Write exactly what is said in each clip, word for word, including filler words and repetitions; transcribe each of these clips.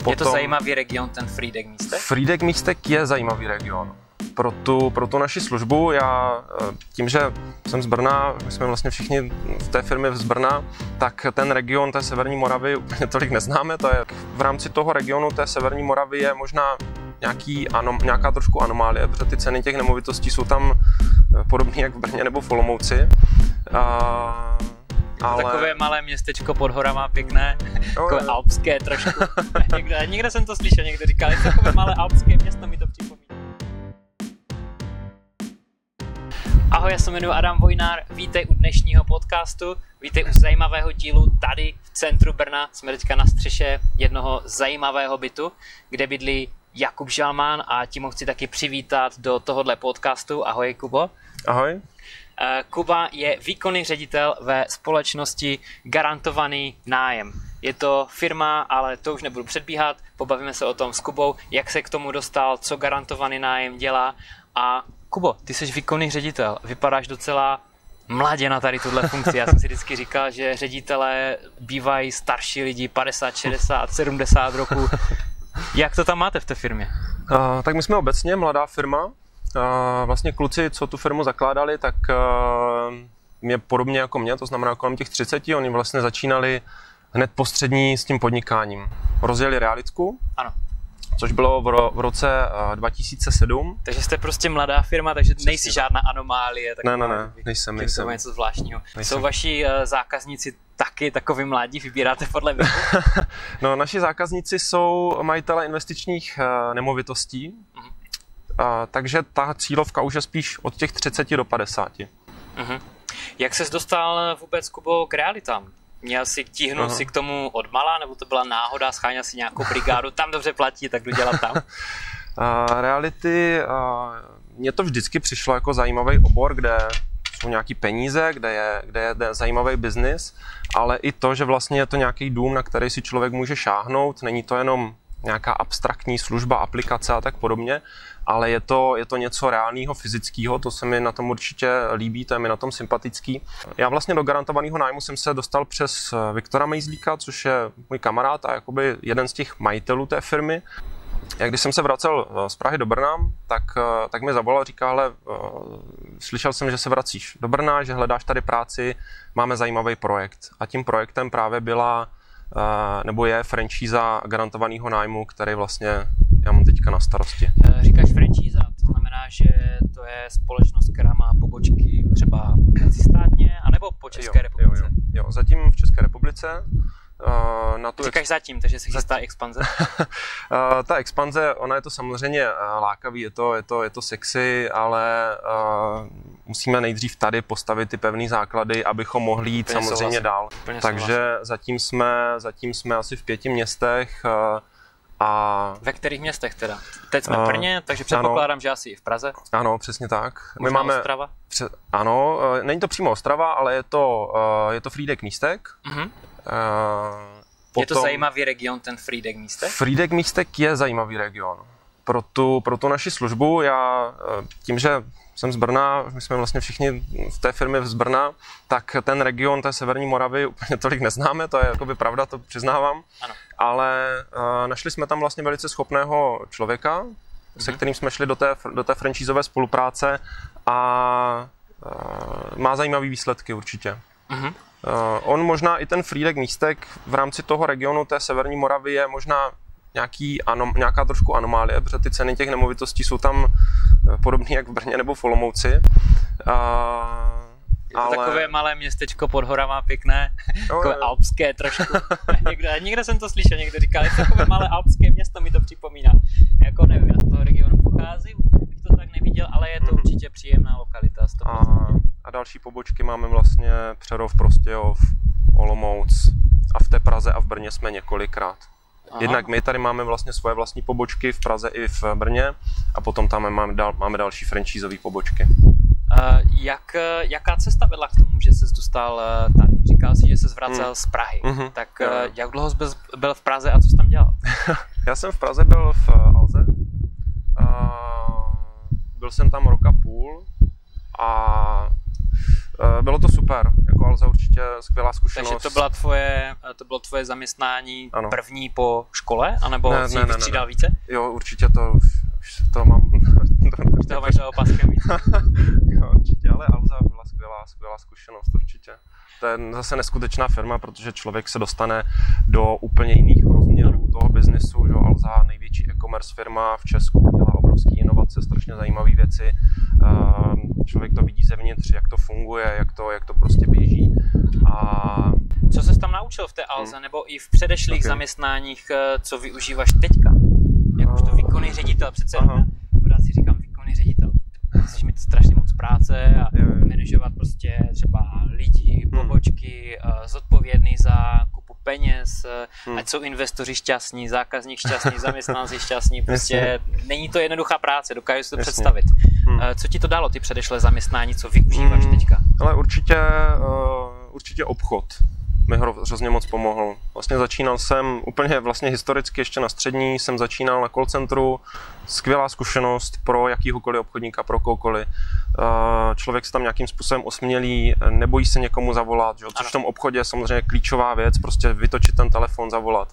Potom, je to zajímavý region, ten Frýdek Místek? Frýdek Místek je zajímavý region. Pro tu, pro tu naši službu, já tím, že jsem z Brna, my jsme vlastně všichni v té firmě z Brna, tak ten region té Severní Moravy úplně tolik neznáme. To je v rámci toho regionu té Severní Moravy je možná nějaký anom, nějaká trošku anomálie, protože ty ceny těch nemovitostí jsou tam podobné jak v Brně nebo v Olomouci. A, ale... Takové malé městečko pod horama, pěkné, no, takové no. alpské trošku. někde, někde jsem to slyšel, někdo říkal, je to takové malé alpské město, mi to připomíná. Ahoj, já se jmenuji Adam Vojnár, vítej u dnešního podcastu, vítej u zajímavého dílu tady v centru Brna. Jsme teďka na střeše jednoho zajímavého bytu, kde bydlí Jakub Žalmán a tím ho chci taky přivítat do tohohle podcastu. Ahoj, Kubo. Ahoj. Kuba je výkonný ředitel ve společnosti Garantovaný nájem. Je to firma, ale to už nebudu předbíhat, pobavíme se o tom s Kubou, jak se k tomu dostal, co Garantovaný nájem dělá. A Kubo, ty jsi výkonný ředitel, vypadáš docela mladě na tady tuhle funkci. Já jsem si vždycky říkal, že ředitelé bývají starší lidi, padesát, šedesát, sedmdesát roků. Jak to tam máte v té firmě? Uh, tak my jsme obecně mladá firma. Uh, vlastně kluci, co tu firmu zakládali, tak uh, mě podobně jako mě, to znamená kolem těch třiceti, oni vlastně začínali hned po střední s tím podnikáním. Rozjeli realitku. Ano. Což bylo v, ro- v roce uh, dva tisíce sedm. Takže jste prostě mladá firma, takže Přesně. nejsi žádná anomálie. Ne, ne, ne, nejsem, nejsem. To něco zvláštního. Nejsem. Jsou vaši uh, zákazníci taky takový mladí, vybíráte podle věku? No, naši zákazníci jsou majitele investičních uh, nemovitostí, uh-huh. uh, takže ta cílovka už je spíš od těch třiceti do padesáti. Uh-huh. Jak ses dostal vůbec, Kubo, k realitám? Měl si tíhnout uh-huh. si k tomu odmala, nebo to byla náhoda, scháněl si nějakou brigádu, tam dobře platí, tak jdu dělat tam? Uh, reality, uh, mně to vždycky přišlo jako zajímavý obor, kde jsou nějaký peníze, kde je, kde je zajímavý biznis, ale i to, že vlastně je to nějaký dům, na který si člověk může šáhnout, není to jenom nějaká abstraktní služba, aplikace a tak podobně, ale je to, je to něco reálného, fyzického, to se mi na tom určitě líbí, to je mi na tom sympatický. Já vlastně do garantovaného nájmu jsem se dostal přes Viktora Mejzlíka, což je můj kamarád a jakoby jeden z těch majitelů té firmy. Jak když jsem se vracel z Prahy do Brna, tak, tak mi zavolal a říká, hele, slyšel jsem, že se vracíš do Brna, že hledáš tady práci, máme zajímavý projekt. A tím projektem právě byla, nebo je franšíza garantovaného nájmu, který vlastně já mám teďka na starosti. Říkáš franšíza, to znamená, že to je společnost, která má pobočky třeba mezistátně, anebo po České jo, republice? Jo, jo, jo, zatím v České republice. Uh, na tu Říkáš ex... zatím, takže se chystá expanze? uh, ta expanze, ona je to samozřejmě uh, lákavý, je to, je to, je to sexy, ale uh, musíme nejdřív tady postavit ty pevné základy, abychom mohli jít Plně samozřejmě souhlasím. dál. Plně takže zatím jsme, zatím jsme asi v pěti městech. Uh, a... Ve kterých městech teda? Teď jsme v Brně, takže předpokládám, ano, že asi i v Praze. Ano, přesně tak. Možná My máme... Ostrava? Pře... Ano, uh, není to přímo Ostrava, ale je to, uh, je to Frýdek Místek. Uh-huh. Uh, potom, je to zajímavý region, ten Frýdek Místek? Frýdek Místek je zajímavý region. Pro tu, pro tu naši službu, já tím, že jsem z Brna, my jsme vlastně všichni v té firmě z Brna, tak ten region té Severní Moravy úplně tolik neznáme, to je jakoby pravda, to přiznávám. Ano. Ale uh, našli jsme tam vlastně velice schopného člověka, mm-hmm. se kterým jsme šli do té, do té franšízové spolupráce a uh, má zajímavé výsledky určitě. Mm-hmm. Uh, on možná i ten Frýdek Místek v rámci toho regionu té Severní Moravy je možná nějaký anom, nějaká trošku anomálie, protože ty ceny těch nemovitostí jsou tam podobné jak v Brně nebo v Olomouci. Uh, je to ale... takové malé městečko pod horama, pěkné, no, takové jo. alpské trošku. někde, někde jsem to slyšel, někdo říkal, je to takové malé alpské město, mi to připomíná. Jako nevím, já z toho regionu pocházím, bych to tak neviděl, ale je to mm-hmm. určitě příjemná lokalita. A, a další pobočky máme vlastně Přerov, Prostějov, Olomouc a v té Praze a v Brně jsme několikrát. Aha. Jednak my tady máme vlastně svoje vlastní pobočky v Praze i v Brně a potom tam máme, dal, máme další franšízové pobočky. Uh, jak, jaká cesta vedla k tomu, že ses dostal tady? Říkal jsi, že ses vracel mm. z Prahy. Mm-hmm. Tak uh, jak dlouho jsi byl, byl v Praze a co jsi tam dělal? Já jsem v Praze byl v Alze. Uh, byl jsem tam rok a půl a bylo to super, jako Alza určitě skvělá zkušenost. Takže to, byla tvoje, to bylo tvoje zaměstnání ano. první po škole, anebo ne, jsi ne, ne, vystřídal ne. více? Jo, určitě to už, už to mám. Už toho máš za opaskem víc. Jo, určitě, ale Alza byla skvělá, skvělá zkušenost určitě. To je zase neskutečná firma, protože člověk se dostane do úplně jiných rozměrů toho biznesu. Že Alza, největší e-commerce firma v Česku, dělá obrovské inovace, strašně zajímavé věci. Člověk to vidí zevnitř, jak to funguje, jak to, jak to prostě běží. A... Co ses tam naučil v té Alze, hmm. nebo i v předešlých okay. zaměstnáních, co využíváš teďka? Jakožto výkonný ředitel, přece pořád si říkám výkonný ředitel. Musíš mít strašně moc práce a manažovat prostě třeba lidi, pobočky, hmm. zodpovědný za kupu peněz, hmm. ať jsou investoři šťastní, zákazník šťastný, zaměstnanci šťastní, prostě není to jednoduchá práce, dokážu si to Jasně. představit. Hmm. Co ti to dalo, ty předešlé zaměstnání, co využíváš hmm. teďka? Ale určitě, uh, určitě obchod mi hrozně moc pomohl. Vlastně začínal jsem úplně vlastně historicky ještě na střední, jsem začínal na call centru, skvělá zkušenost pro jakýhokoliv obchodníka, pro kohokoliv. Člověk se tam nějakým způsobem osmělí, nebojí se někomu zavolat, že? Což v tom obchodě je samozřejmě klíčová věc, prostě vytočit ten telefon, zavolat.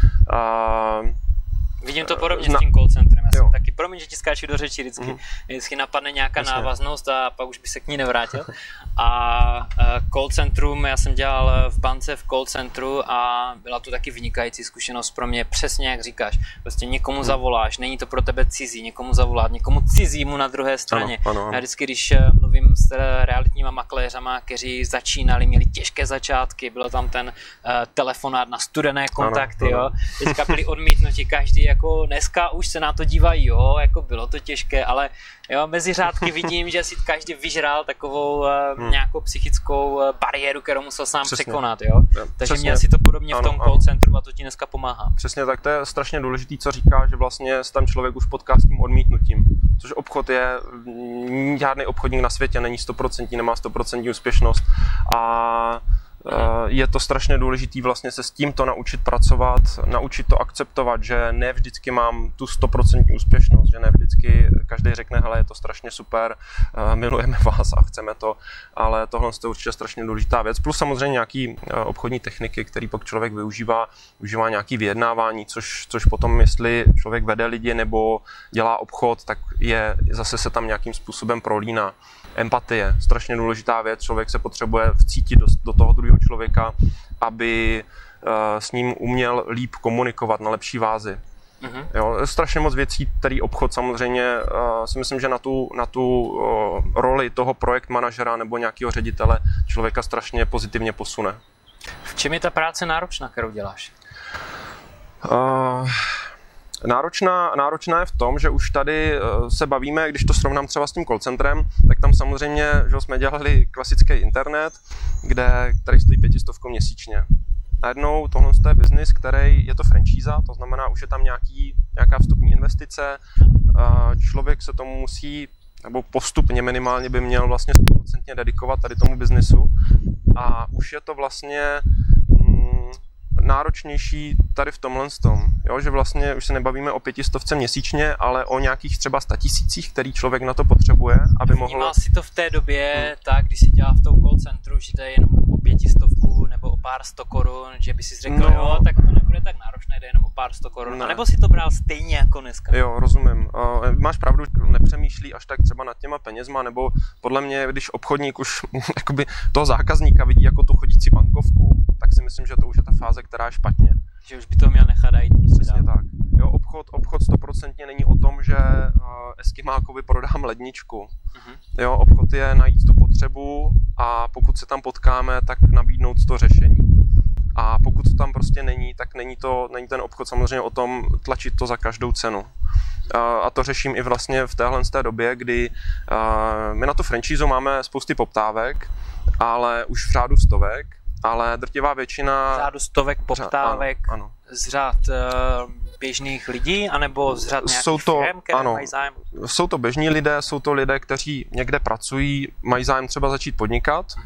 Vidím to podobně na... s tím call centrem. Já jsem taky, promiň, že ti skáču do řeči vždycky. Mm. Vždycky napadne nějaká Jasně. návaznost a pak už by se k ní nevrátil. A call centrum, já jsem dělal v bance v call centru a byla to taky vynikající zkušenost pro mě, přesně jak říkáš. Prostě někomu mm. zavoláš, není to pro tebe cizí, někomu zavolat, někomu cizímu na druhé straně. Ano, ano, ano. Já vždycky, když mluvím s realitníma makléřama, kteří začínali, měli těžké začátky, bylo tam ten uh, telefonát na studené kontakty, ano, ano. jo. Teďka byli odmítnuti každý, jako dneska už se na to dívají, jo, jako bylo to těžké, ale jo, mezi řádky vidím, že si každý vyžral takovou uh, hmm. nějakou psychickou uh, bariéru, kterou musel sám Přesně. překonat, jo. Ja, Takže Přesně. měl si to podobně ano, v tom call centru a to ti dneska pomáhá. Přesně tak, to je strašně důležitý, co říká, že vlastně se tam člověk už potká s tím odmítnutím. Což obchod je, žádný obchodník na světě není sto procent, nemá sto procent úspěšnost a je to strašně důležité vlastně se s tímto naučit pracovat, naučit to akceptovat, že ne vždycky mám tu sto procent úspěšnost, že ne vždycky každý řekne, hele, je to strašně super, milujeme vás a chceme to, ale tohle je určitě strašně důležitá věc. Plus samozřejmě nějaký obchodní techniky, který pak člověk využívá, využívá nějaký vyjednávání, což, což potom, jestli člověk vede lidi nebo dělá obchod, tak je zase se tam nějakým způsobem prolíná. Empatie, strašně důležitá věc, člověk se potřebuje vcítit do, do toho druhého člověka, aby uh, s ním uměl líp komunikovat na lepší vázi. Mm-hmm. Jo, strašně moc věcí, který obchod samozřejmě uh, si myslím, že na tu, na tu uh, roli toho projekt manažera nebo nějakého ředitele člověka strašně pozitivně posune. V čem je ta práce náročná, kterou děláš? Uh, Náročná, náročná je v tom, že už tady se bavíme, když to srovnám třeba s tím call centrem, tak tam samozřejmě, že jsme dělali klasický internet, kde, který stojí pětistovku měsíčně. Najednou tohle je biznis, který je to franšíza, to znamená, už je tam nějaký, nějaká vstupní investice, člověk se tomu musí, nebo postupně minimálně by měl vlastně sto procent dedikovat tady tomu biznisu a už je to vlastně mm, náročnější tady v tomhle tom, jo, že vlastně už se nebavíme o pětistovce měsíčně, ale o nějakých třeba statisících, který člověk na to potřebuje, aby mohl... Vnímal si to v té době hmm. tak, když si dělal v tom call centru, že jde jenom o pětistovku nebo o pár sto korun, že by si řekl, no, jo, tak to nebude tak náročné, jde jenom o pár sto korun, ne. Nebo si to bral stejně jako dneska? Jo, rozumím. Uh, máš pravdu, nepřemýšlí až tak třeba nad těma penězma, nebo podle mě, když obchodník už jakoby toho zákazníka vidí jako tu chodící bankovku, tak si myslím, že to už je ta fáze, která je špatně. Že už by to měl nechat jít prostě. Přesně tak. Jo, obchod, obchod stoprocentně není o tom, že uh, Eskimákovi prodám ledničku. Uh-huh. Jo, obchod je najít tu potřebu a pokud se tam potkáme, tak nabídnout to řešení. A pokud to tam prostě není, tak není, to, není ten obchod samozřejmě o tom tlačit to za každou cenu. Uh, a to řeším i vlastně v téhle té době, kdy uh, my na tu franšízu máme spousty poptávek, ale už v řádu stovek, ale drtivá většina... Z řádu stovek poptávek, ano, ano. Z řád uh, běžných lidí, anebo z řád nějakých to, firm, které ano, mají zájem? Jsou to běžní lidé, jsou to lidé, kteří někde pracují, mají zájem třeba začít podnikat, uh-huh.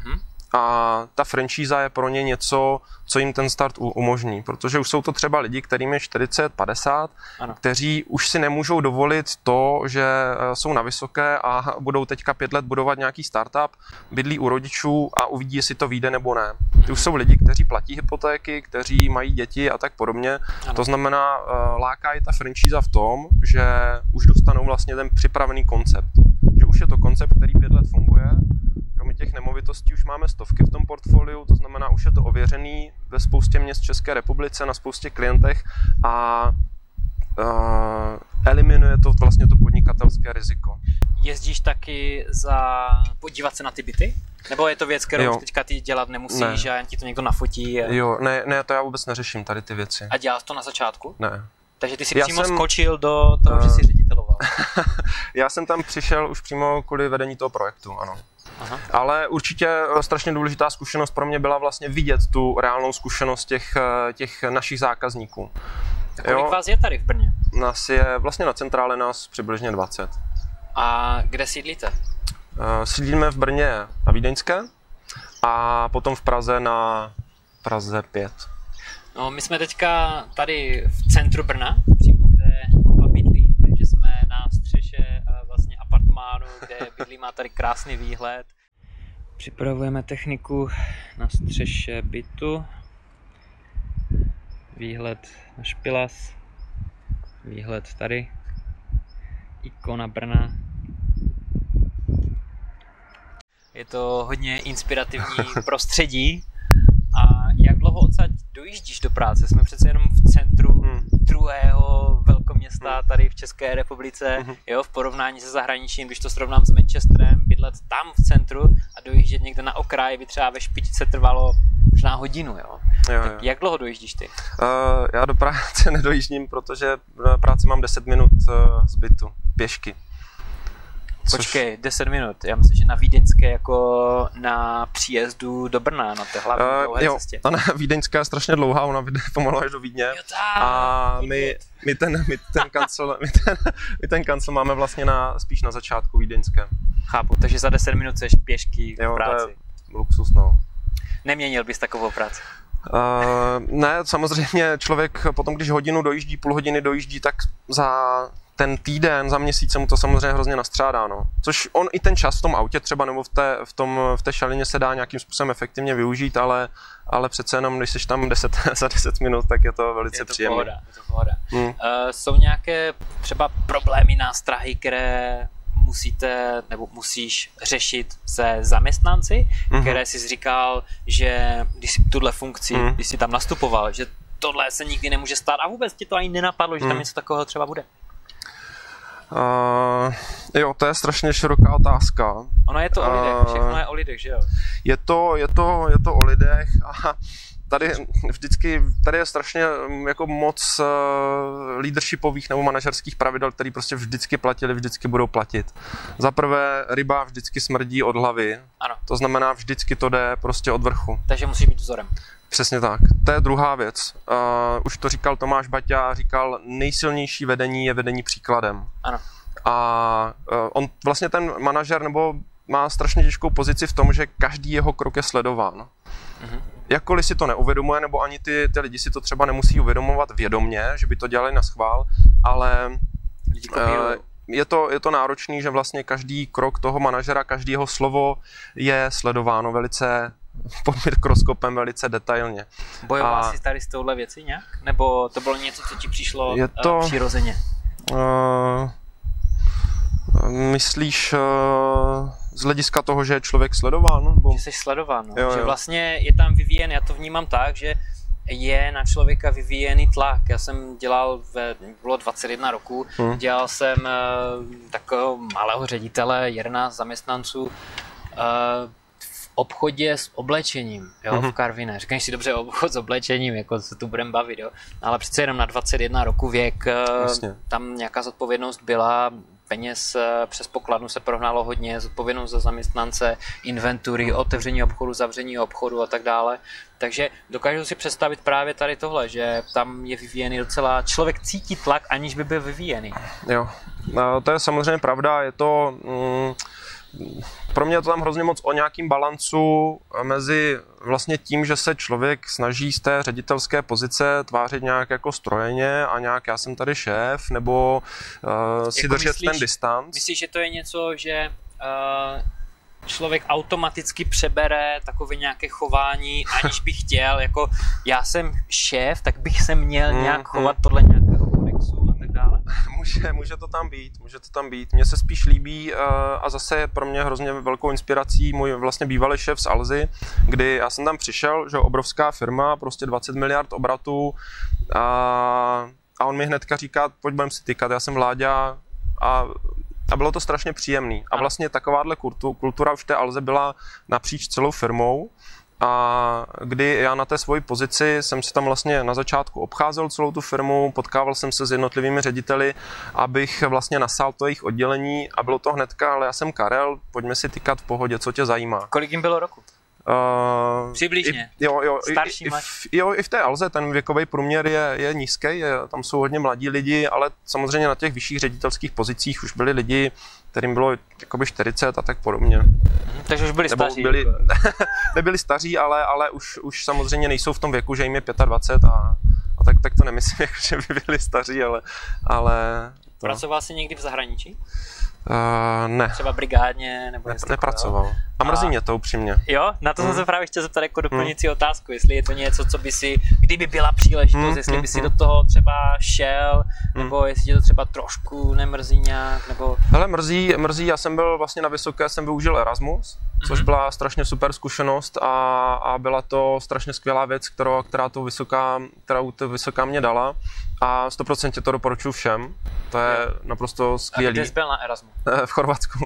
a ta franšíza je pro ně něco, co jim ten start umožní, protože už jsou to třeba lidi, kterým je čtyřicet, padesát, ano. kteří už si nemůžou dovolit to, že jsou na vysoké a budou teďka pět let budovat nějaký startup, bydlí u rodičů a uvidí, jestli to vyjde nebo ne. Ty už jsou lidi, kteří platí hypotéky, kteří mají děti a tak podobně. Ano. To znamená, láká je ta franšíza v tom, že už dostanou vlastně ten připravený koncept. Že už je to koncept, který pět let funguje. Kromě těch nemovitostí už máme stovky v tom portfoliu, to znamená, už je to ověřený ve spoustě měst v České republice, na spoustě klientech a uh, eliminuje to vlastně to podnikatelské riziko. Jezdíš taky za podívat se na ty byty? Nebo je to věc, kterou jo. teďka ty dělat nemusíš ne. a jen ti to někdo nafotí? A... Jo, ne, ne, to já vůbec neřeším, tady ty věci. A děláš to na začátku? Ne. Takže ty jsi já přímo jsem, skočil do toho, uh, že jsi řediteloval? Já jsem tam přišel už přímo kvůli vedení toho projektu, ano. Aha. Ale určitě strašně důležitá zkušenost pro mě byla vlastně vidět tu reálnou zkušenost těch, těch našich zákazníků. A kolik jo? vás je tady v Brně? Nás je vlastně na centrále nás přibližně dvacet. A kde sídlíte? Uh, sídlíme v Brně na Vídeňské a potom v Praze na Praze pět. No, my jsme teďka tady v centru Brna, přímo kde Kuba bydlí, takže jsme na střeše vlastně apartmánu, kde bydlí, má tady krásný výhled. Připravujeme techniku na střeše bytu. Výhled na Špilas, výhled tady, ikona Brna. Je to hodně inspirativní prostředí. A jak dlouho odsaď dojíždíš do práce? Jsme přece jenom v centru hmm. druhého velkoměsta tady v České republice, hmm. jo, v porovnání se zahraničím, když to srovnám s Manchesterem, bydlet tam v centru a dojíždět někde na okraji by třeba ve špičce trvalo možná hodinu, jo. jo, tak jo. Jak dlouho dojíždíš ty? Uh, já do práce nedojíždím, protože na práci mám deset minut uh, z bytu, pěšky. Počkej, deset minut. Já myslím, že na Vídeňské jako na příjezdu do Brna, na té hlavní uh, dlouhé jo, cestě. Ta Vídeňská je strašně dlouhá, ona vyjde pomalu až do Vídně. Jo, tak, a my, my, ten, my, ten kancel, my, ten, my ten kancel máme vlastně na, spíš na začátku Vídeňské. Chápu, takže za deset minut seš pěšky v jo, práci. To je luxus, no. Neměnil bys takovou práci? Uh, ne, samozřejmě člověk potom, když hodinu dojíždí, půl hodiny dojíždí, tak za ten týden, za měsíc se mu to samozřejmě hrozně nastřádá, no. Což on i ten čas v tom autě třeba nebo v té, v tom, v té šalině se dá nějakým způsobem efektivně využít, ale, ale přece jenom, když jsi tam deset, za deset minut, tak je to velice je to příjemné. Pohoda, je to pohoda. Hmm. Uh, jsou nějaké třeba problémy, nástrahy, které musíte nebo musíš řešit se zaměstnanci, mm-hmm. které jsi říkal, že když jsi tuhle funkci, mm. když jsi tam nastupoval, že tohle se nikdy nemůže stát a vůbec ti to ani nenapadlo, že tam mm. něco takového třeba bude? Uh, jo, to je strašně široká otázka. Ono je to o lidech, všechno je o lidech, že jo? Je to, je to, je to o lidech a tady vždycky, tady je strašně jako moc uh, leadershipových nebo manažerských pravidel, které prostě vždycky platily, vždycky budou platit. Za prvé, ryba vždycky smrdí od hlavy, ano. To znamená, vždycky to jde prostě od vrchu. Takže musí být vzorem. Přesně tak. To je druhá věc. Uh, už to říkal Tomáš Baťa, říkal, nejsilnější vedení je vedení příkladem. Ano. A uh, on vlastně ten manažer nebo má strašně těžkou pozici v tom, že každý jeho krok je sledován. Mhm. Jakkoliv si to neuvědomuje, nebo ani ty, ty lidi si to třeba nemusí uvědomovat vědomně, že by to dělali na schvál, ale uh, je to, je to náročný, že vlastně každý krok toho manažera, každý jeho slovo je sledováno velice pod mikroskopem, velice detailně. Bojoval jsi tady s touhle věcí nějak? Nebo to bylo něco, co ti přišlo je to, uh, přirozeně? Uh, myslíš uh, z hlediska toho, že je člověk sledován? Nebo? Že jsi sledován, no. jo, Že jo. vlastně je tam vyvíjen, já to vnímám tak, že je na člověka vyvíjený tlak. Já jsem dělal, ve, bylo dvacet jedna roků, hmm. dělal jsem uh, takového malého ředitele, jedenáct zaměstnanců, uh, v obchodě s oblečením, jo, mm-hmm. v Karviné. Říkáš si dobře, obchod s oblečením, jako se tu budeme bavit, jo. Ale přece jenom na dvacet jedna roku věk, uh, tam nějaká zodpovědnost byla, peněz přes pokladnu se prohnalo hodně, zodpovědnost za zaměstnance, inventury, otevření obchodu, zavření obchodu a tak dále. Takže dokážu si představit právě tady tohle, že tam je vyvíjený docela, člověk cítí tlak, aniž by byl vyvíjený. Jo, to je samozřejmě pravda, je to, mm, pro mě je to tam hrozně moc o nějakým balancu mezi vlastně tím, že se člověk snaží z té ředitelské pozice tvářit nějak jako strojeně a nějak já jsem tady šéf, nebo uh, si jako držet myslíš, ten distanc. Myslíš, že to je něco, že uh, člověk automaticky přebere takové nějaké chování, aniž by chtěl, jako já jsem šéf, tak bych se měl mm, nějak mm. chovat podle nějakého kodexu a tak dále? Může, může to tam být, může to tam být. Mně se spíš líbí uh, a zase je pro mě hrozně velkou inspirací můj vlastně bývalý šéf z Alzy, kdy já jsem tam přišel, že obrovská firma, prostě dvacet miliard obratů a, a on mi hnedka říká, pojď budem si tykat, já jsem Vláďa a A bylo to strašně příjemný. A vlastně takováhle kultura už v té Alze byla napříč celou firmou. A kdy já na té svoji pozici jsem si tam vlastně na začátku obcházel celou tu firmu, potkával jsem se s jednotlivými řediteli, abych vlastně nasál to jejich oddělení a bylo to hnedka, ale já jsem Karel, pojďme si tykat v pohodě, co tě zajímá. Kolik jim bylo roku? Uh, Přibližně. I, jo, jo, Starší, i, i, v, jo, i v té Alze ten věkový průměr je, je nízký, je, tam jsou hodně mladí lidi, ale samozřejmě na těch vyšších ředitelských pozicích už byli lidi, kterým bylo jakoby čtyřicet a tak podobně. Mhm, takže už byli Nebo staří. Byli, nebyli staří, ale, ale už, už samozřejmě nejsou v tom věku, že jim je dvacet pět a, a tak, tak to nemyslím, jako, že by byli staří, ale... ale to... Pracoval jsi někdy v zahraničí? Uh, ne. Třeba brigádně nebo ne, něco nepracoval. takového? A mrzí A- mě to upřímně. Jo, na to Mm. jsem se právě chtěl zeptat jako doplňující otázku, jestli je to něco, co by si, kdyby byla příležitost, Mm, jestli mm, by si mm. do toho třeba šel, Mm. nebo jestli tě to třeba trošku nemrzí nějak, nebo... Hele, mrzí, mrzí, já jsem byl vlastně na vysoké, jsem využil Erasmus, což Mhm. byla strašně super zkušenost a, a byla to strašně skvělá věc, kterou, která tu vysoká, kterou tu vysoká mě dala a sto procent to doporučuji všem, to je Jo. naprosto A skvělý. kde jsi byl na Erasmu? V Chorvatsku.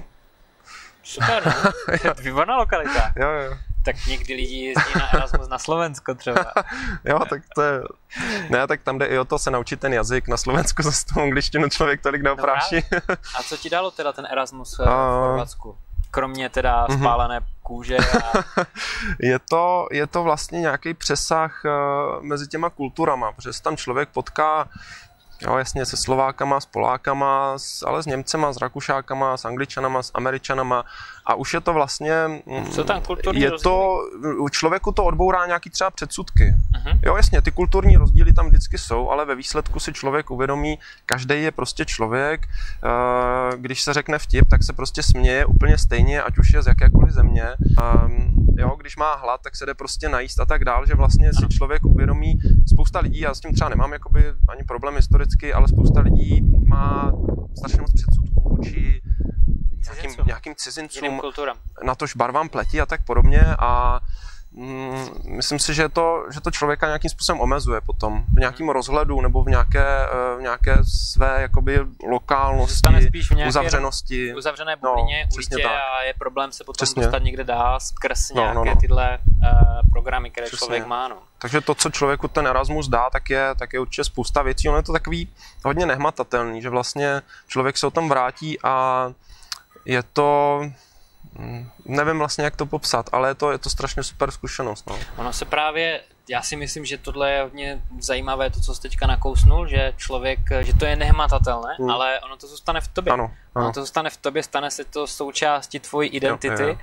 Super, no? To je výborná lokalita. Jo, jo. Tak někdy lidi jezdí na Erasmus na Slovensko třeba. Jo, tak to je... Ne, tak tam jde i o to se naučit ten jazyk. Na Slovensku zase tu angličtinu člověk tolik neopráší. A co ti dalo teda ten Erasmus v A- Chorvatsku? Kromě teda Mhm. spálené kůže a... Je to, je to vlastně nějaký přesah uh, mezi těma kulturama, protože se tam člověk potká jo, jasně se Slovákama, s Polákama, s, ale s Němcema, s Rakušákama, s Angličanama, s Američanama a už je to vlastně... mm, Jsou tam kulturní je rozdíly? to, u člověku to odbourá nějaký třeba předsudky. Mhm. Jo, jasně, ty kulturní rozdíly tam vždycky jsou, ale ve výsledku si člověk uvědomí, každý je prostě člověk, uh, když se řekne vtip, tak se prostě směje úplně stejně, ať už je z jakékoliv země. Um, jo, když má hlad, tak se jde prostě najíst a tak dál, že vlastně si člověk uvědomí, spousta lidí, já s tím třeba nemám jakoby ani problém historicky, ale spousta lidí má strašně moc předsudků vůči nějakým, Cizincům. nějakým Jiným cizincům, kulturám. natož barvám pleti a tak podobně a mm, myslím si, že to, že to člověka nějakým způsobem omezuje potom v nějakém rozhledu nebo v nějaké, eh, v nějaké své jakoby lokálnosti, Zůstane spíš v nějaké uzavřenosti. uzavřené No, bublině, přesně ulitě tak. a je problém se potom Přesně. dostat někde dál skrz No, nějaké no, no. tyhle uh, programy, které Přesně. člověk má. No. Takže to, co člověku ten Erasmus dá, tak je, tak je určitě spousta věcí. Ono je to takový hodně nehmatatelný, že vlastně člověk se o tom vrátí a je to, mm, nevím vlastně, jak to popsat, ale je to, je to strašně super zkušenost. No. Ono se právě, já si myslím, že tohle je hodně zajímavé, to, co jsi teďka nakousnul, že člověk, že to je nehmatatelné, Hmm. ale ono to zůstane v tobě. Ano, ano. Ono to zůstane v tobě, stane se to součástí tvojí identity Jo, jo.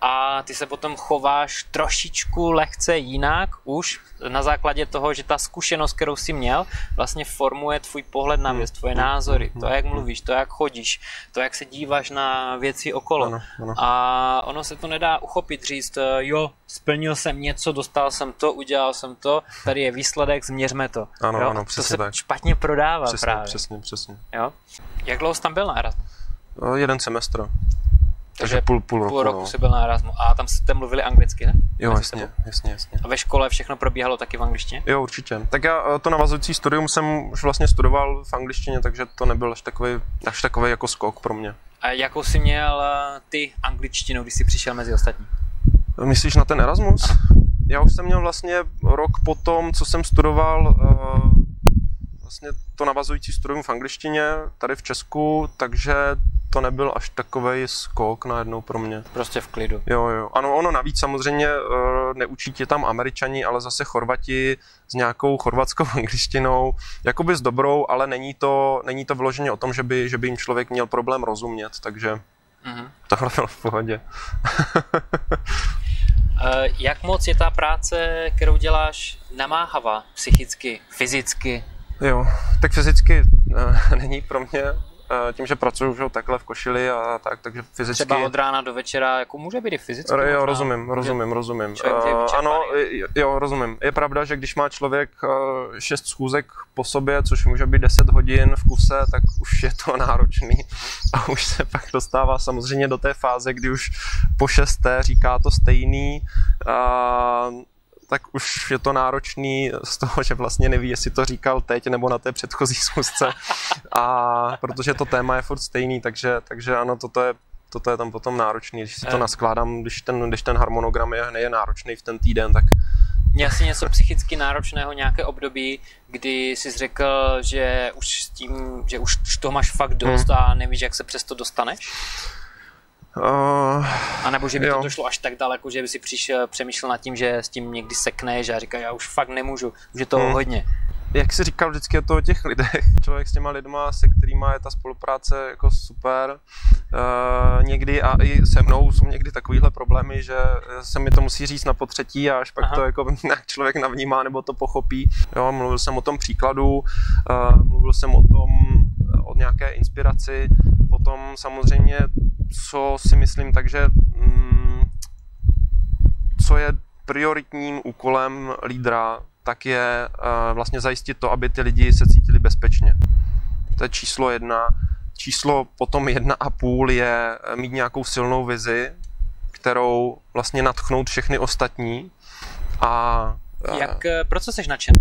a ty se potom chováš trošičku lehce jinak už na základě toho, že ta zkušenost, kterou jsi měl, vlastně formuje tvůj pohled na věc, tvoje názory, to, jak mluvíš, to, jak chodíš, to, jak se díváš na věci okolo. Ano, ano. A ono se to nedá uchopit, říct, jo, splnil jsem něco, dostal jsem to, udělal jsem to, tady je výsledek, změřme to. Ano, jo? ano, To přesně se tak. špatně prodává Přesně, právě. přesně, přesně. Jo? Jak dlouho jsi tam byl na Erasmu? O, jeden semestr. Takže Takže půl, půl roku. Půl roku no. jsi byl na Erasmu. A tam jste mluvili anglicky, ne? Jo, Mezi jasně, sebou? jasně, jasně. A ve škole všechno probíhalo taky v angličtině? Jo, určitě. Tak já to navazující studium jsem už vlastně studoval v angličtině, takže to nebyl až takový, až takový jako skok pro mě. A jakou jsi měl eh, ty angličtinu, když jsi přišel mezi ostatní? Myslíš na ten Erasmus? Ano. Já už jsem měl vlastně rok po tom, co jsem studoval uh, vlastně to navazující studium v angličtině tady v Česku, takže to nebyl až takovej skok najednou pro mě. Prostě v klidu. Jo, jo. Ano, ono navíc samozřejmě uh, neučí tě tam Američani, ale zase Chorvati s nějakou chorvatskou angličtinou, jakoby s dobrou, ale není to, není to vyloženě o tom, že by, že by jim člověk měl problém rozumět, takže Mm-hmm. Tohle bylo v pohodě. Jak moc je ta práce, kterou děláš, namáhavá psychicky, fyzicky? Jo, tak fyzicky uh, není pro mě, uh, tím, že pracuju že, takhle v košili a tak, takže fyzicky... Třeba od rána do večera, jako může být i fyzicky? Jo, možná, rozumím, rozumím, rozumím. Uh, ano, jo, rozumím. Je pravda, že když má člověk uh, šest schůzek po sobě, což může být deset hodin v kuse, tak už je to náročný a už se pak dostává samozřejmě do té fáze, kdy už po šesté říká to stejný, uh, tak už je to náročný z toho, že vlastně neví, jestli to říkal teď nebo na té předchozí schůzce. A protože to téma je furt stejný, takže, takže ano, toto je, toto je tam potom náročný. Když si to naskládám, když ten, když ten harmonogram je, je náročný v ten týden, tak... Měl jsi něco psychicky náročného, nějaké období, kdy jsi řekl, že už s tím, že už toho máš fakt dost hmm. a nevíš, jak se přes to dostaneš? Uh, a nebo že by jo. to došlo až tak daleko, že by si přišel, přemýšlel nad tím, že s tím někdy sekneš a říká, já už fakt nemůžu, už je toho hmm. hodně. Jak jsi říkal, vždycky je to o těch lidech. Člověk s těma lidma, se kterýma je ta spolupráce jako super. Uh, někdy a i se mnou jsou někdy takovýhle problémy, že se mi to musí říct na potřetí a až pak Aha. to jako nějak člověk navnímá nebo to pochopí. Jo, mluvil jsem o tom příkladu, uh, mluvil jsem o tom, o nějaké inspiraci, potom samozřejmě co si myslím, takže mm, co je prioritním úkolem lídra, tak je uh, vlastně zajistit to, aby ty lidi se cítili bezpečně. To je číslo jedna. Číslo potom jedna a půl je mít nějakou silnou vizi, kterou vlastně nadchnout všechny ostatní. A, uh, Jak, pro co jsi nadšený?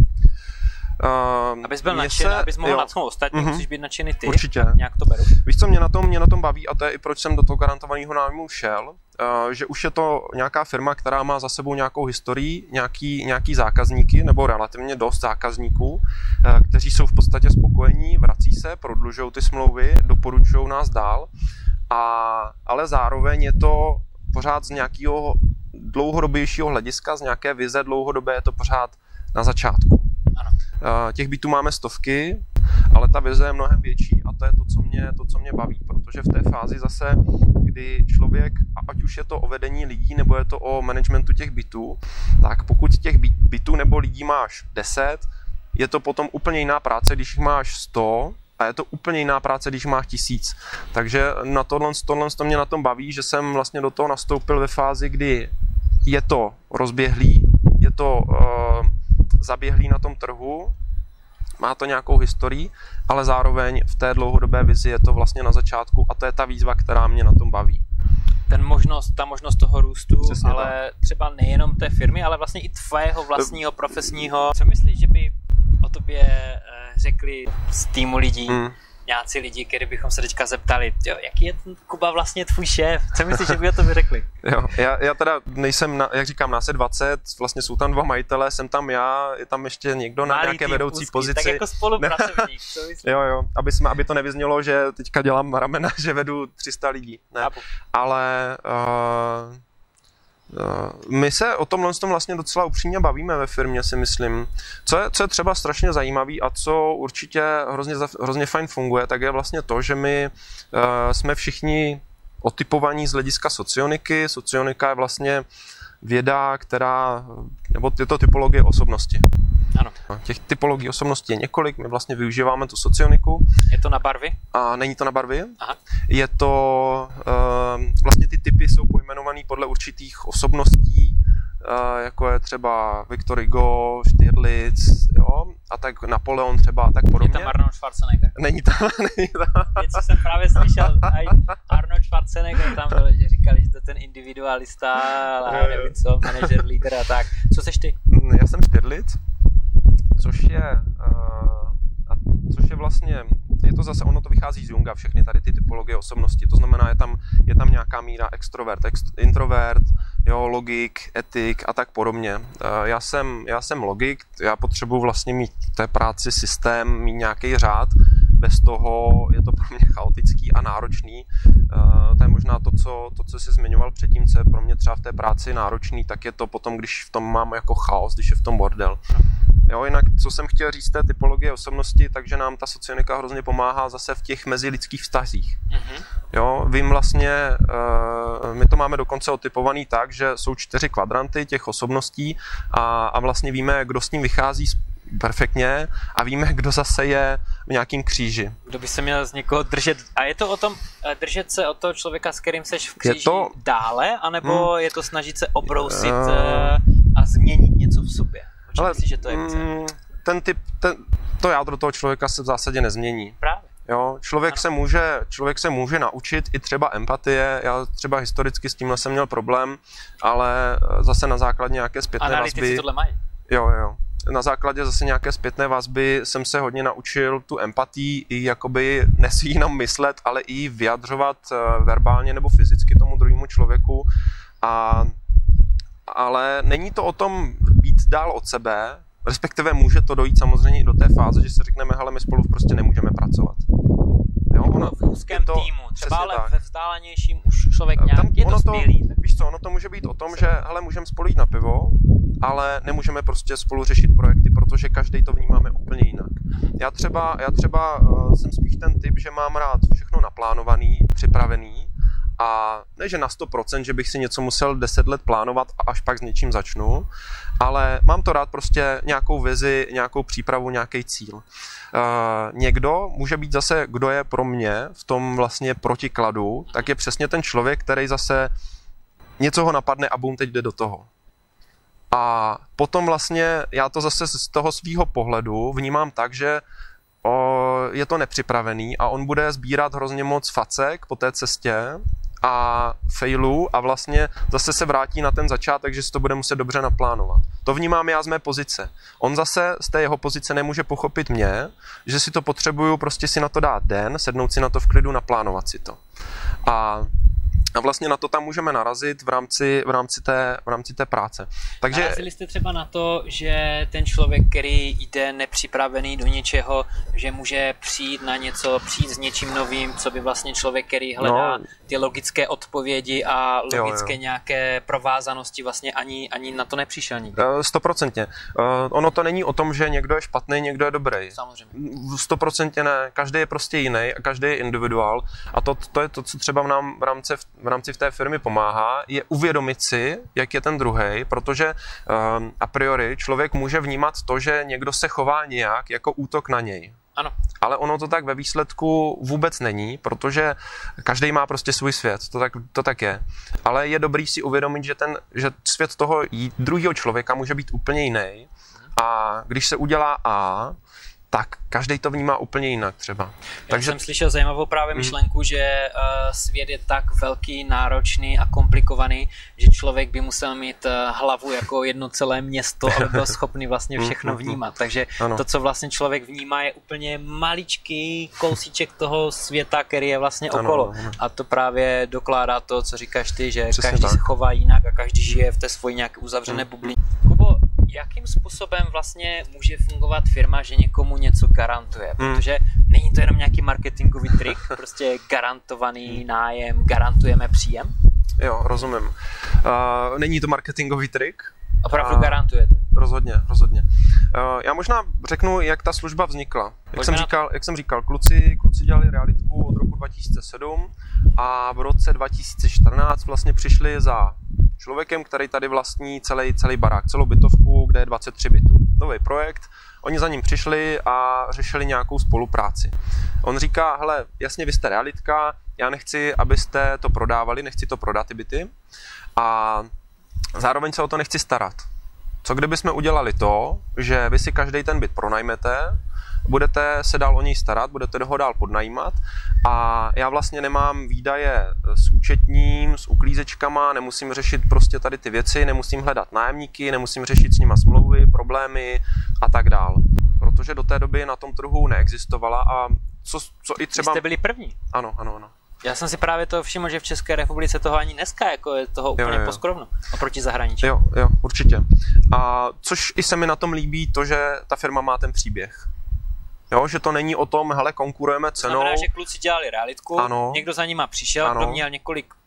Uh, abys byl nadšený, abys mohl nadchnout ostatní, mm-hmm. musíš být nadšený ty. Určitě. Nějak to beru. Víš, co mě na tom, mě na tom baví, a to je i proč jsem do toho garantovaného nájmu šel, uh, že už je to nějaká firma, která má za sebou nějakou historii, nějaký, nějaký zákazníky, nebo relativně dost zákazníků, uh, kteří jsou v podstatě spokojení, vrací se, prodlužují ty smlouvy, doporučují nás dál, a, ale zároveň je to pořád z nějakého dlouhodobějšího hlediska, z nějaké vize dlouhodobé, je to pořád na začátku. Ano. Těch bytů máme stovky, ale ta vize je mnohem větší a to je to, co mě, to, co mě baví, protože v té fázi zase, kdy člověk, ať už je to o vedení lidí, nebo je to o managementu těch bytů, tak pokud těch bytů nebo lidí máš deset, je to potom úplně jiná práce, když jich máš sto, a je to úplně jiná práce, když máš tisíc. Takže na tohle, tohle to mě na tom baví, že jsem vlastně do toho nastoupil ve fázi, kdy je to rozběhlý, je to uh, zaběhlý na tom trhu, má to nějakou historii, ale zároveň v té dlouhodobé vizi je to vlastně na začátku a to je ta výzva, která mě na tom baví. Ten možnost, ta možnost toho růstu, Přesně ale to. Třeba nejenom té firmy, ale vlastně i tvého vlastního profesního. Co myslíš, že by o tobě řekli z týmu lidí, hmm. nějací lidi, který bychom se teďka zeptali, jo, jaký je ten Kuba vlastně tvůj šéf? Co myslíš, že by o tobě řekli? Jo, já, já teda nejsem, na, jak říkám, nás je dvacet, vlastně jsou tam dva majitelé, jsem tam já, je tam ještě někdo na Malý nějaké tým, pozici. úzký, pozici. Tak jako spolupracovník, co myslíš? Jo, jo, aby, jsme, aby to nevyznělo, že teďka dělám ramena, že vedu tři sta lidí. Ne, ale uh, uh, my se o tomhle tom vlastně docela upřímně bavíme ve firmě, si myslím. Co je, co je třeba strašně zajímavý a co určitě hrozně, hrozně fajn funguje, tak je vlastně to, že my uh, jsme všichni otypovaní z hlediska socioniky. Socionika je vlastně věda, která, nebo je to typologie osobnosti. Ano. Těch typologií osobností je několik, my vlastně využíváme tu socioniku. Je to na barvy? A není to na barvy. Aha. Je to, uh, vlastně ty typy jsou pojmenované podle určitých osobností, uh, jako je třeba Victor Hugo, Stirlitz, jo, a tak Napoleon třeba a tak podobně. Je tam Arnold Schwarzenegger? Není tam, není tam. Něco jsem právě slyšel, aj Arnold Schwarzenegger tam dole, že říkali, že to je ten individualista, ale já nevím co, manažer, líder a tak. Co seš ty? Já jsem Stirlitz, což je, uh, a což je vlastně, je to zase, ono to vychází z Junga, všechny tady ty typologie osobnosti, to znamená, je tam, je tam nějaká míra extrovert, ext, introvert, jo, logik, etik a tak podobně. Uh, já jsem, já jsem logik, já potřebuji vlastně mít v té práci systém, mít nějaký řád, bez toho je to pro mě chaotický a náročný. Uh, to je možná to co, to, co jsi zmiňoval předtím, co je pro mě třeba v té práci náročný, tak je to potom, když v tom mám jako chaos, když je v tom bordel. Jo, jinak, co jsem chtěl říct té typologie osobnosti, takže nám ta socionika hrozně pomáhá zase v těch mezilidských vztazích. Mm-hmm. Jo, vím vlastně, uh, my to máme dokonce otypovaný tak, že jsou čtyři kvadranty těch osobností a, a vlastně víme, kdo s ním vychází perfektně a víme, kdo zase je v nějakým kříži. Kdo by se měl z někoho držet. A je to o tom držet se od toho člověka, s kterým seš v kříži to... dále, anebo hmm. je to snažit se obrousit uh... a změnit něco v sobě? Ale myslíš, že to je mm, ten typ, ten, to jádro toho člověka se v zásadě nezmění. Právě. Jo, člověk, se může, člověk se může naučit i třeba empatie, já třeba historicky s tímhle jsem měl problém, ale zase na základě nějaké zpětné Analytici vazby... tohle mají. Jo, jo. Na základě zase nějaké zpětné vazby jsem se hodně naučil tu empatii i jakoby nesí jenom myslet, ale i vyjadřovat verbálně nebo fyzicky tomu druhému člověku. A, ale není to o tom být dál od sebe, respektive může to dojít samozřejmě i do té fáze, že si řekneme, hele, my spolu prostě nemůžeme pracovat. Jo, ono, v úzkém to, týmu, třeba ale tak. Ve vzdálenějším už člověk nějak Tam, je dospělý. To, víš co, ono to může být o tom, že hele, můžeme spolu jít na pivo, ale nemůžeme prostě spolu řešit projekty, protože každý to vnímáme úplně jinak. Já třeba, já třeba uh, jsem spíš ten typ, že mám rád všechno naplánovaný, připravený a ne, že na sto procent, že bych si něco musel deset let plánovat a až pak s něčím začnu, ale mám to rád prostě nějakou vizi, nějakou přípravu, nějaký cíl. Uh, někdo může být zase, kdo je pro mě v tom vlastně protikladu, tak je přesně ten člověk, který zase něco ho napadne a bum, teď jde do toho. A potom vlastně já to zase z toho svýho pohledu vnímám tak, že o, je to nepřipravený a on bude sbírat hrozně moc facek po té cestě a failů a vlastně zase se vrátí na ten začátek, že si to bude muset dobře naplánovat. To vnímám já z mé pozice. On zase z té jeho pozice nemůže pochopit mě, že si to potřebuju prostě si na to dát den, sednout si na to v klidu, naplánovat si to. A A vlastně na to tam můžeme narazit v rámci, v rámci, té, v rámci té práce. Takže... Narazili jste třeba na to, že ten člověk, který jde nepřipravený do něčeho, že může přijít na něco, přijít s něčím novým, co by vlastně člověk, který hledá no. ty logické odpovědi a logické jo, jo. nějaké provázanosti, vlastně ani, ani na to nepřišel nikdy. Stoprocentně. Uh, ono to není o tom, že někdo je špatný, někdo je dobrý. Samozřejmě. Stoprocentně ne. Každý je prostě jiný a každý je individuál. A to, to je to, co třeba v nám v rámci v rámci v té firmy pomáhá, je uvědomit si, jak je ten druhej, protože um, a priori člověk může vnímat to, že někdo se chová nějak jako útok na něj. Ano. Ale ono to tak ve výsledku vůbec není, protože každý má prostě svůj svět, to tak, to tak je. Ale je dobrý si uvědomit, že, ten, že svět toho druhého člověka může být úplně jiný. A když se udělá A, tak každý to vnímá úplně jinak třeba. Já Takže... jsem slyšel zajímavou právě myšlenku, mm. že uh, svět je tak velký, náročný a komplikovaný, že člověk by musel mít uh, hlavu jako jedno celé město, aby byl schopný vlastně všechno vnímat. Takže ano. to, co vlastně člověk vnímá, je úplně maličký kousíček toho světa, který je vlastně ano, okolo. Ano. A to právě dokládá to, co říkáš ty, že Přesně každý tak. se chová jinak a každý žije v té svojí nějaké uzavřené mm. bublině. Kubo, jakým způsobem vlastně může fungovat firma, že někomu něco garantuje? Hmm. Protože není to jenom nějaký marketingový trik, prostě garantovaný nájem, garantujeme příjem? Jo, rozumím. Uh, není to marketingový trik? Opravdu uh, garantujete? Rozhodně, rozhodně. Uh, já možná řeknu, jak ta služba vznikla. Jak jsem, říkal, jak jsem říkal, kluci, kluci dělali realitku od roku dva tisíce sedm a v roce dva tisíce čtrnáct vlastně přišli za člověkem, který tady vlastní celý, celý barák, celou bytovku, kde je dvacet tři bytů. Nový projekt, oni za ním přišli a řešili nějakou spolupráci. On říká, hele, jasně, vy jste realitka, já nechci, abyste to prodávali, nechci to prodat, ty byty, a zároveň se o to nechci starat. Co kdybychom udělali to, že vy si každý ten byt pronajmete, budete se dál o něj starat, budete ho dál podnajímat a já vlastně nemám výdaje s účetním, s uklízečkama, nemusím řešit prostě tady ty věci, nemusím hledat nájemníky, nemusím řešit s nima smlouvy, problémy a tak dál. Protože do té doby na tom trhu neexistovala a co, co i třeba... Vy jste byli první. Ano, ano, ano. Já jsem si právě to všiml, že v České republice toho ani dneska jako je toho úplně jo, jo. poskrovno oproti zahraničí. Jo, jo, určitě. A což i se mi na tom líbí to, že ta firma má ten příběh. Jo, že to není o tom, hele, konkurujeme cenou. To znamená, že kluci dělali realitku, ano, někdo za nima přišel, ano. kdo měl několik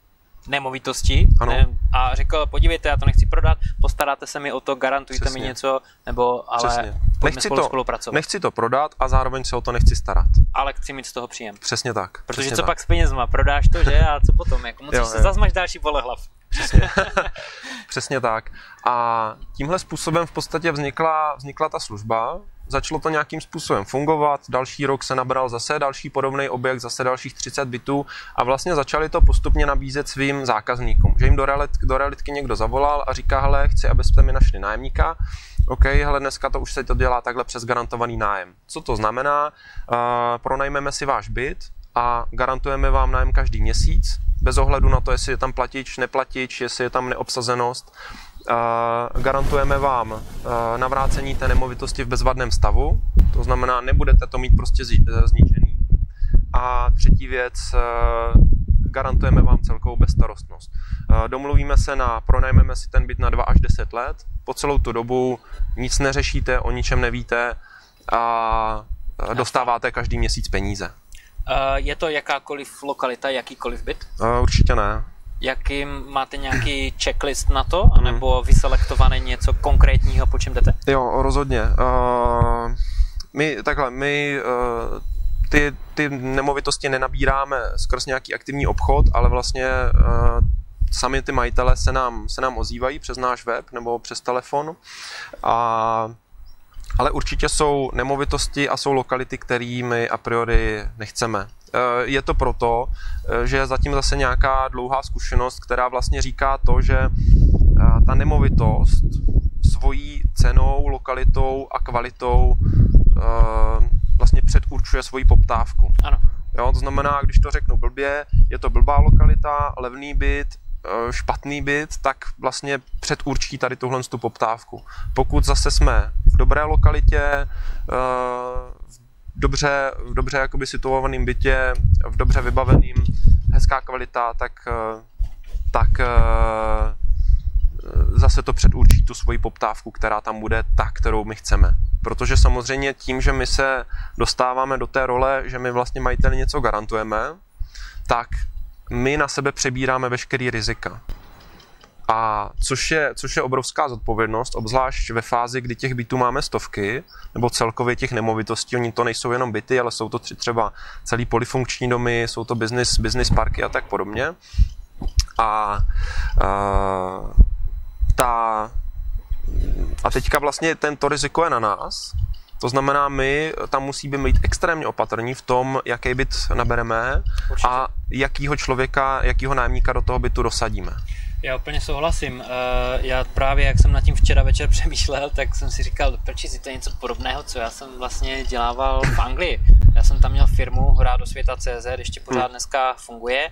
nemovitosti ne, a řekl, podívejte, já to nechci prodat, postaráte se mi o to, garantujte Přesně. mi něco, nebo ale Přesně. pojďme Nechci spolu to, spolupracovat. Nechci to prodat a zároveň se o to nechci starat. Ale chci mít z toho příjem. Přesně tak. Protože přesně co tak. pak s penězma, prodáš to, že? A co potom? Jako musíš Jo, se jo. zazmaš další polehlav. Přesně. Přesně tak. A tímhle způsobem v podstatě vznikla, vznikla ta služba. Začalo to nějakým způsobem fungovat, další rok se nabral zase další podobný objekt, zase dalších třicet bytů a vlastně začali to postupně nabízet svým zákazníkům. Že jim do, realit, do realitky někdo zavolal a říká, hele, chci, abyste mi našli nájemníka. OK, hele, dneska to už se to dělá takhle přes garantovaný nájem. Co to znamená? Uh, pronajmeme si váš byt a garantujeme vám nájem každý měsíc, bez ohledu na to, jestli je tam platič, neplatič, jestli je tam neobsazenost. Uh, garantujeme vám uh, navrácení té nemovitosti v bezvadném stavu, to znamená, nebudete to mít prostě zi, zničený. A třetí věc, uh, garantujeme vám celkovou bezstarostnost. Uh, domluvíme se na, pronajmeme si ten byt na dva až deset let, po celou tu dobu nic neřešíte, o ničem nevíte a uh, dostáváte každý měsíc peníze. Uh, je to jakákoliv lokalita, jakýkoliv byt? Uh, určitě ne. Jakým máte nějaký checklist na to, anebo vyselektované něco konkrétního, po čem jdete? Jo, rozhodně. Uh, my takhle, my uh, ty, ty nemovitosti nenabíráme skrz nějaký aktivní obchod, ale vlastně uh, sami ty majitele se nám, se nám ozývají přes náš web nebo přes telefon. A ale určitě jsou nemovitosti a jsou lokality, které my a priori nechceme. Je to proto, že je zatím zase nějaká dlouhá zkušenost, která vlastně říká to, že ta nemovitost svojí cenou, lokalitou a kvalitou vlastně předurčuje svoji poptávku. Ano. Jo, to znamená, když to řeknu blbě, je to blbá lokalita, levný byt, špatný byt, tak vlastně předurčí tady tuhle tu poptávku. Pokud zase jsme v dobré lokalitě, v dobře, v dobře jakoby situovaném bytě, v dobře vybaveným, hezká kvalita, tak, tak zase to předurčí tu svoji poptávku, která tam bude ta, kterou my chceme. Protože samozřejmě tím, že my se dostáváme do té role, že my vlastně majiteli něco garantujeme, tak my na sebe přebíráme veškerý rizika. A což je, což je obrovská zodpovědnost, obzvlášť ve fázi, kdy těch bytů máme stovky, nebo celkově těch nemovitostí, oni to nejsou jenom byty, ale jsou to třeba celý polyfunkční domy, jsou to business, business parky a tak podobně. A, a, ta, a teďka vlastně tento riziko je na nás. To znamená, my tam musíme být extrémně opatrní v tom, jaký byt nabereme. Určitě. A jakýho člověka, jakýho nájemníka do toho bytu dosadíme. Já úplně souhlasím. Já právě, jak jsem nad tím včera večer přemýšlel, tak jsem si říkal, proč si to je něco podobného, co já jsem vlastně dělával v Anglii. Já jsem tam měl firmu Hora do světa tečka cé zet, ještě pořád dneska funguje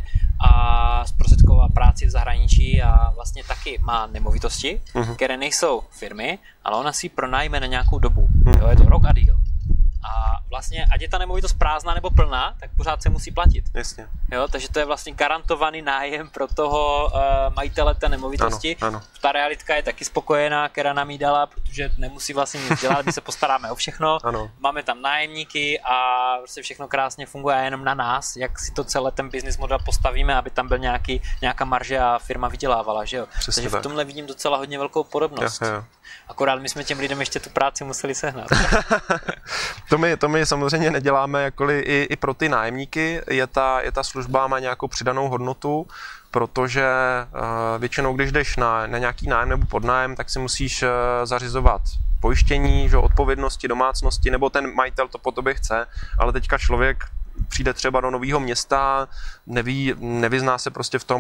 a zprostředkoval práci v zahraničí a vlastně taky má nemovitosti, uh-huh. které nejsou firmy, ale ona si pronájme na nějakou dobu. Uh-huh. Jo, je to rok a díl. A vlastně, ať je ta nemovitost prázdná nebo plná, tak pořád se musí platit. Jasně. Jo, takže to je vlastně garantovaný nájem pro toho uh, majitele té nemovitosti. Ano, ano. Ta realitka je taky spokojená, která nám jí dala, protože nemusí vlastně nic dělat, my se postaráme o všechno. Ano. Máme tam nájemníky a prostě všechno krásně funguje a jenom na nás, jak si to celé ten business model postavíme, aby tam byl nějaký, nějaká marže a firma vydělávala, že jo. Přesně takže tak. v tomhle vidím docela hodně velkou podobnost. Jo, jo. Akorát my jsme těm lidem ještě tu práci museli sehnat. to, my, to my samozřejmě neděláme, jakkoliv i, i pro ty nájemníky je ta, je ta služba, má nějakou přidanou hodnotu, protože uh, většinou, když jdeš na, na nějaký nájem nebo podnájem, tak si musíš uh, zařizovat pojištění, že, odpovědnosti, domácnosti, nebo ten majitel to po tobě chce, ale teďka člověk přijde třeba do nového města, neví, nevyzná se prostě v tom,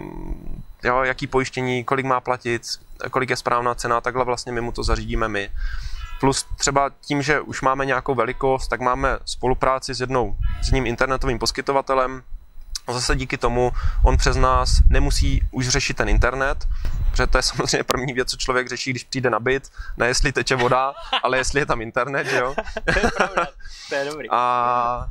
jo, jaký pojištění, kolik má platit, kolik je správná cena, takhle vlastně my mu to zařídíme my. Plus třeba tím, že už máme nějakou velikost, tak máme spolupráci s jednou, s jedním internetovým poskytovatelem. A zase díky tomu on přes nás nemusí už řešit ten internet, protože to je samozřejmě první věc, co člověk řeší, když přijde na byt, ne jestli teče voda, ale jestli je tam internet, že jo? To je pravda, to je dobrý. A,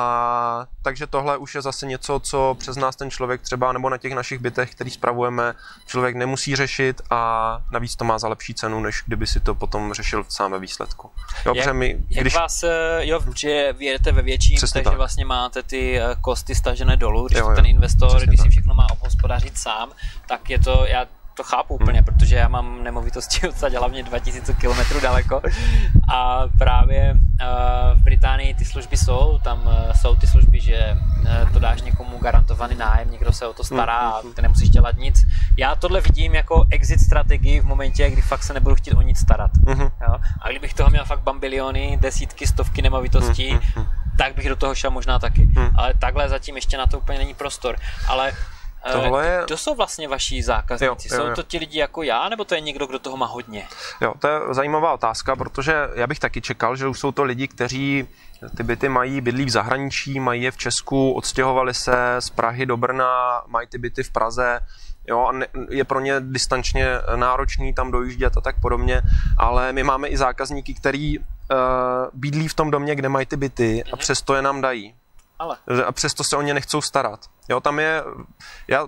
a takže tohle už je zase něco, co přes nás ten člověk třeba, nebo na těch našich bytech, který spravujeme, člověk nemusí řešit a navíc to má za lepší cenu, než kdyby si to potom řešil sám ve výsledku. Jo, jak, my, jak když... vás, jo, že vy jedete ve větším, Přesně takže tak. vlastně máte ty kosty stažené dolů. spolu, když jo, to jo. ten investor, Přesně když tak. si všechno má obhospodařit sám, tak je to, já to chápu úplně, hmm. protože já mám nemovitosti odsaď hlavně dva tisíce kilometrů daleko a právě uh, v Británii ty služby jsou, tam uh, jsou ty služby, že uh, to dáš někomu garantovaný nájem, někdo se o to stará a ty nemusíš dělat nic. Já tohle vidím jako exit strategii v momentě, kdy fakt se nebudu chtít o nic starat. Hmm. Jo? A kdybych toho měl fakt bambiliony, desítky, stovky nemovitostí, hmm. tak bych do toho šel možná taky. Hmm. Ale takhle zatím ještě na to úplně není prostor. Ale Tohle je... kdo jsou vlastně vaši zákazníci? Jo, jo, jo. Jsou to ti lidi jako já, nebo to je někdo, kdo toho má hodně? Jo, to je zajímavá otázka, protože já bych taky čekal, že už jsou to lidi, kteří ty byty mají, bydlí v zahraničí, mají je v Česku, odstěhovali se z Prahy do Brna, mají ty byty v Praze, jo, a ne, je pro ně distančně náročný tam dojíždět a tak podobně, ale my máme i zákazníky, který uh, bydlí v tom domě, kde mají ty byty a přesto je nám dají. Ale. A přesto se o ně nechcou starat. Jo, tam je, já,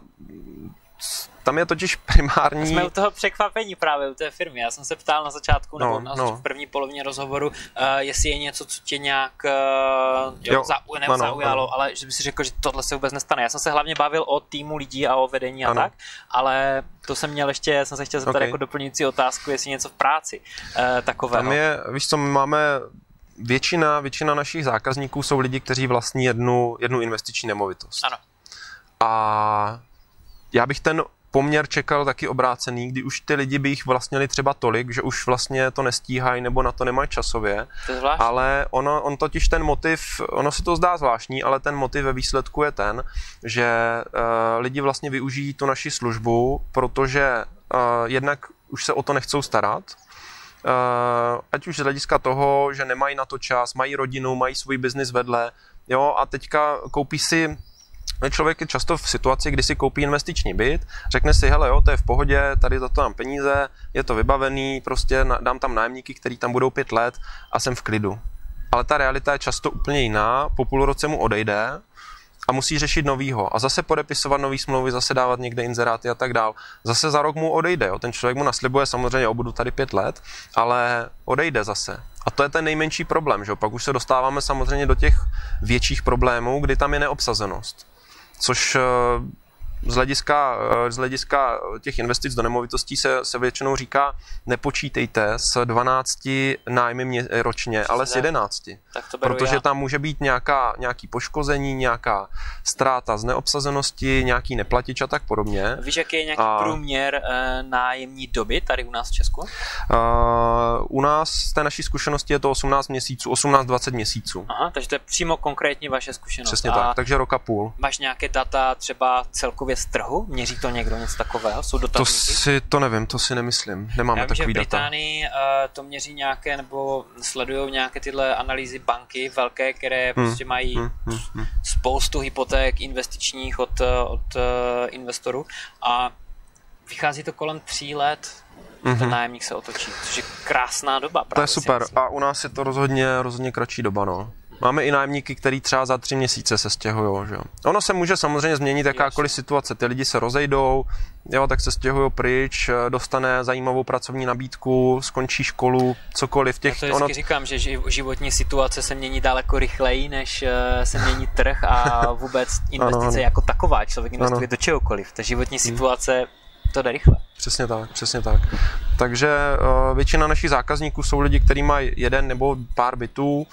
tam je totiž primární... Jsme u toho překvapení právě u té firmy. Já jsem se ptal na začátku, no, nebo na no. v první polovině rozhovoru, uh, jestli je něco, co tě nějak uh, jo, jo, zau, ne, ano, zaujalo, ano. ale že by si řekl, že tohle se vůbec nestane. Já jsem se hlavně bavil o týmu lidí a o vedení a ano. tak, ale to jsem měl ještě, já jsem se chtěl zeptat okay. jako doplňující otázku, jestli něco v práci uh, takového. Tam je, víš co, my máme... Většina, většina našich zákazníků jsou lidi, kteří vlastní jednu, jednu investiční nemovitost. Ano. A já bych ten poměr čekal taky obrácený, kdy už ty lidi by jich vlastnili třeba tolik, že už vlastně to nestíhají nebo na to nemají časově. To je zvláštní. Ale ono, on totiž ten motiv, ono se to zdá zvláštní, ale ten motiv ve výsledku je ten, že uh, lidi vlastně využijí tu naši službu, protože uh, jednak už se o to nechcou starat, Uh, ať už z hlediska toho, že nemají na to čas, mají rodinu, mají svůj biznis vedle, jo, a teďka koupí si, člověk je často v situaci, kdy si koupí investiční byt, řekne si, hele jo, to je v pohodě, tady za to mám peníze, je to vybavený, prostě dám tam nájemníky, který tam budou pět let a jsem v klidu. Ale ta realita je často úplně jiná, po půl roce mu odejde a musí řešit novýho a zase podepisovat nový smlouvy, zase dávat někde inzeráty a tak dál. Zase za rok mu odejde, jo. Ten člověk mu naslibuje samozřejmě, jo, budu tady pět let, ale odejde zase. A to je ten nejmenší problém, že jo. Pak už se dostáváme samozřejmě do těch větších problémů, kdy tam je neobsazenost. Což z hlediska, z hlediska těch investic do nemovitostí se, se většinou říká, nepočítejte s dvanácti nájmy mě, ročně, ale s jedenácti. Protože já. Tam může být nějaká, nějaký poškození, nějaká ztráta z neobsazenosti, nějaký neplatič a tak podobně. Víš, jaký je nějaký a, průměr e, nájemní doby tady u nás v Česku? Uh, u nás z té naší zkušenosti je to osmnáct měsíců, osmnáct dvacet měsíců. Aha, takže to je přímo konkrétně vaše zkušenost. Přesně a tak, takže rok a půl. Máš nějaké data třeba celkově z trhu? Měří to někdo něco takového? Jsou to si to nevím, to si nemyslím. Nemáme Já vím, takový že v data. Británii uh, to měří nějaké, nebo sledují nějaké tyhle analýzy banky velké, které hmm. prostě mají hmm. Hmm. spoustu hypoték investičních od, od uh, investorů a vychází to kolem tří let, mm-hmm. ten nájemník se otočí, což je krásná doba. To je super a u nás je to rozhodně, rozhodně kratší doba, no. Máme i nájemníky, který třeba za tři měsíce se stěhujou, že jo. Ono se může samozřejmě změnit jakákoliv situace, ty lidi se rozejdou, jo, tak se stěhují pryč, dostane zajímavou pracovní nabídku, skončí školu, cokoliv. Těch, Já to ono... říkám, že životní situace se mění daleko rychleji, než se mění trh a vůbec investice ano, ano. jako taková. Člověk investuje ano. do čehokoliv. Ta životní situace hmm. to jde rychle. Přesně tak, přesně tak. Takže uh, většina našich zákazníků jsou lidi, kteří mají jeden nebo pár bytů,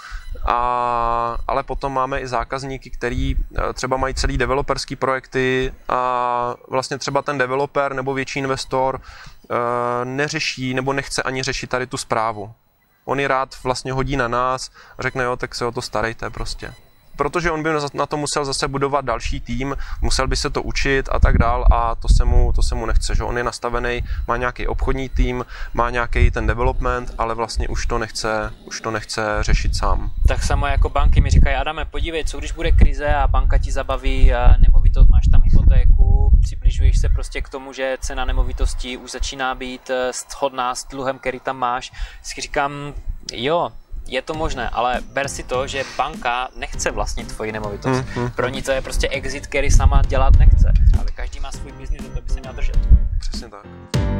a, ale potom máme i zákazníky, kteří uh, třeba mají celý developerský projekty a vlastně třeba ten developer nebo větší investor uh, neřeší nebo nechce ani řešit tady tu správu. On ji rád vlastně hodí na nás a řekne, jo, tak se o to starejte prostě. Protože on by na to musel zase budovat další tým, musel by se to učit a tak dál a to se mu, to se mu nechce, že on je nastavený, má nějaký obchodní tým, má nějaký ten development, ale vlastně už to nechce, už to nechce řešit sám. Tak samo jako banky mi říkají, Adame, podívej, co když bude krize a banka ti zabaví nemovitost, máš tam hypotéku, přibližuješ se prostě k tomu, že cena nemovitostí už začíná být shodná s dluhem, který tam máš. Vždycky říkám, jo, je to možné, ale ber si to, že banka nechce vlastnit tvoji nemovitost. Mm, mm. Pro ní to je prostě exit, který sama dělat nechce. Ale každý má svůj biznis, do toho by se měl držet. Přesně tak.